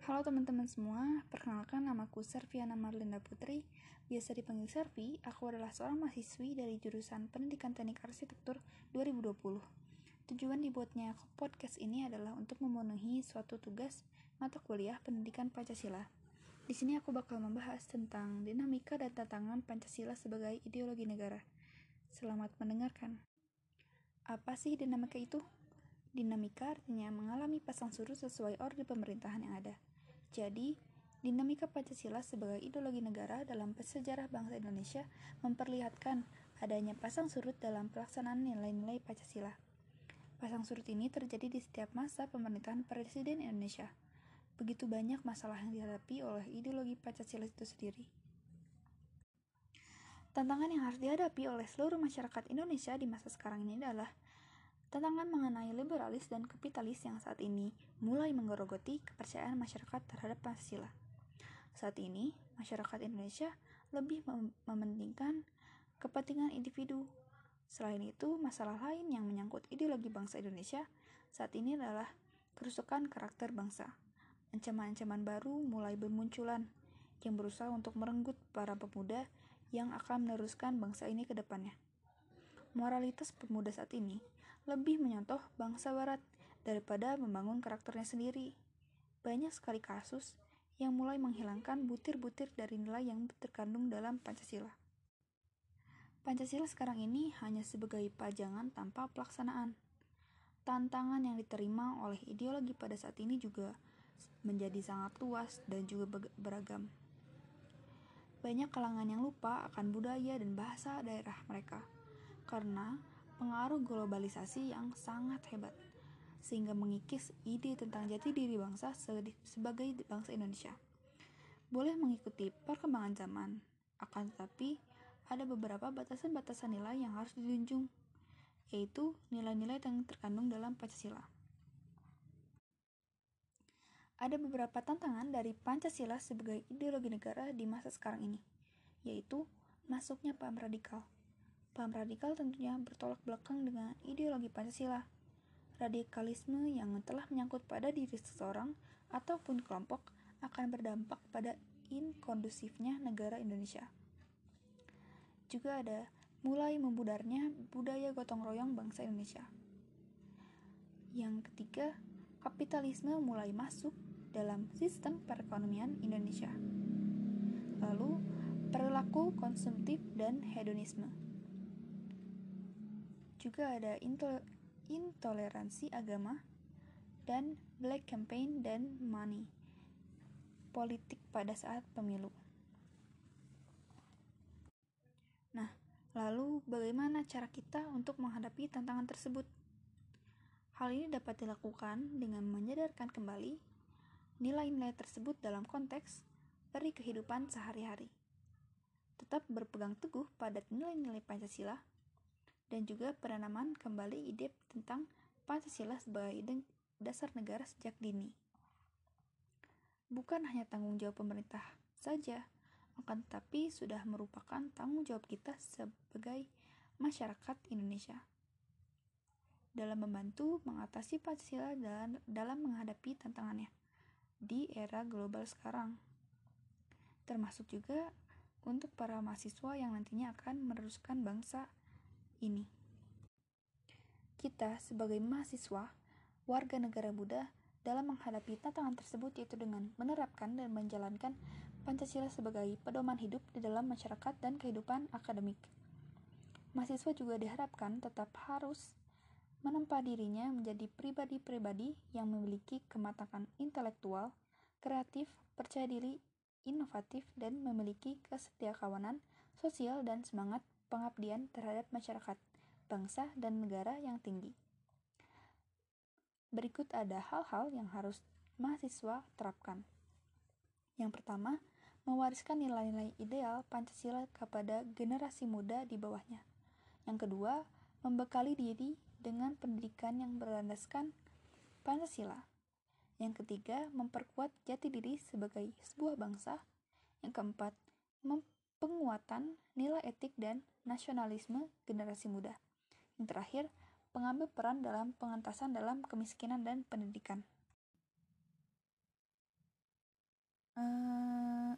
Halo teman-teman semua, perkenalkan namaku Serviana Marlinda Putri, biasa dipanggil Servi. Aku adalah seorang mahasiswi dari jurusan Pendidikan Teknik Arsitektur 2020. Tujuan dibuatnya podcast ini adalah untuk memenuhi suatu tugas mata kuliah Pendidikan Pancasila. Di sini aku bakal membahas tentang dinamika dan tantangan Pancasila sebagai ideologi negara. Selamat mendengarkan. Apa sih dinamika itu? Dinamika artinya mengalami pasang surut sesuai orde pemerintahan yang ada. Jadi, dinamika Pancasila sebagai ideologi negara dalam sejarah bangsa Indonesia memperlihatkan adanya pasang surut dalam pelaksanaan nilai-nilai Pancasila. Pasang surut ini terjadi di setiap masa pemerintahan Presiden Indonesia. Begitu banyak masalah yang dihadapi oleh ideologi Pancasila itu sendiri. Tantangan yang harus dihadapi oleh seluruh masyarakat Indonesia di masa sekarang ini adalah tantangan mengenai liberalis dan kapitalis yang saat ini mulai menggerogoti kepercayaan masyarakat terhadap Pancasila. Saat ini, masyarakat Indonesia lebih mementingkan kepentingan individu. Selain itu, masalah lain yang menyangkut ideologi bangsa Indonesia saat ini adalah kerusakan karakter bangsa. Ancaman-ancaman baru mulai bermunculan yang berusaha untuk merenggut para pemuda yang akan meneruskan bangsa ini ke depannya. Moralitas pemuda saat ini lebih menyontoh bangsa barat daripada membangun karakternya sendiri. Banyak sekali kasus yang mulai menghilangkan butir-butir dari nilai yang terkandung dalam Pancasila. Pancasila sekarang ini hanya sebagai pajangan tanpa pelaksanaan. Tantangan yang diterima oleh ideologi pada saat ini juga menjadi sangat luas dan juga beragam. Banyak kalangan yang lupa akan budaya dan bahasa daerah mereka karena pengaruh globalisasi yang sangat hebat, sehingga mengikis ide tentang jati diri bangsa sebagai bangsa Indonesia. Boleh mengikuti perkembangan zaman, akan tetapi ada beberapa batasan-batasan nilai yang harus dijunjung, yaitu nilai-nilai yang terkandung dalam Pancasila. Ada beberapa tantangan dari Pancasila sebagai ideologi negara di masa sekarang ini, yaitu masuknya paham radikal. Paham radikal tentunya bertolak belakang dengan ideologi Pancasila. Radikalisme yang telah menyangkut pada diri seseorang ataupun kelompok akan berdampak pada inkondusifnya negara Indonesia. Juga ada mulai membudarnya budaya gotong royong bangsa Indonesia. Yang ketiga, kapitalisme mulai masuk dalam sistem perekonomian Indonesia. Lalu, perilaku konsumtif dan hedonisme. Juga ada intoleransi agama dan black campaign dan money politik pada saat pemilu. Nah, lalu bagaimana cara kita untuk menghadapi tantangan tersebut? Hal ini dapat dilakukan dengan menyadarkan kembali nilai-nilai tersebut dalam konteks dari kehidupan sehari-hari. Tetap berpegang teguh pada nilai-nilai Pancasila dan juga penanaman kembali ide tentang Pancasila sebagai dasar negara sejak dini. Bukan hanya tanggung jawab pemerintah saja, akan tetapi sudah merupakan tanggung jawab kita sebagai masyarakat Indonesia dalam membantu mengatasi Pancasila dalam menghadapi tantangannya di era global sekarang, termasuk juga untuk para mahasiswa yang nantinya akan meneruskan bangsa ini. Kita sebagai mahasiswa, warga negara muda dalam menghadapi tantangan tersebut yaitu dengan menerapkan dan menjalankan Pancasila sebagai pedoman hidup di dalam masyarakat dan kehidupan akademik. Mahasiswa juga diharapkan tetap harus menempa dirinya menjadi pribadi-pribadi yang memiliki kematangan intelektual, kreatif, percaya diri, inovatif, dan memiliki kesetiakawanan sosial dan semangat pengabdian terhadap masyarakat, bangsa, dan negara yang tinggi. Berikut ada hal-hal yang harus mahasiswa terapkan. Yang pertama, mewariskan nilai-nilai ideal Pancasila kepada generasi muda di bawahnya. Yang kedua, membekali diri dengan pendidikan yang berlandaskan Pancasila. Yang ketiga, memperkuat jati diri sebagai sebuah bangsa. Yang keempat, penguatan nilai etik dan nasionalisme generasi muda. Yang terakhir, pengambil peran dalam pengentasan dalam kemiskinan dan pendidikan.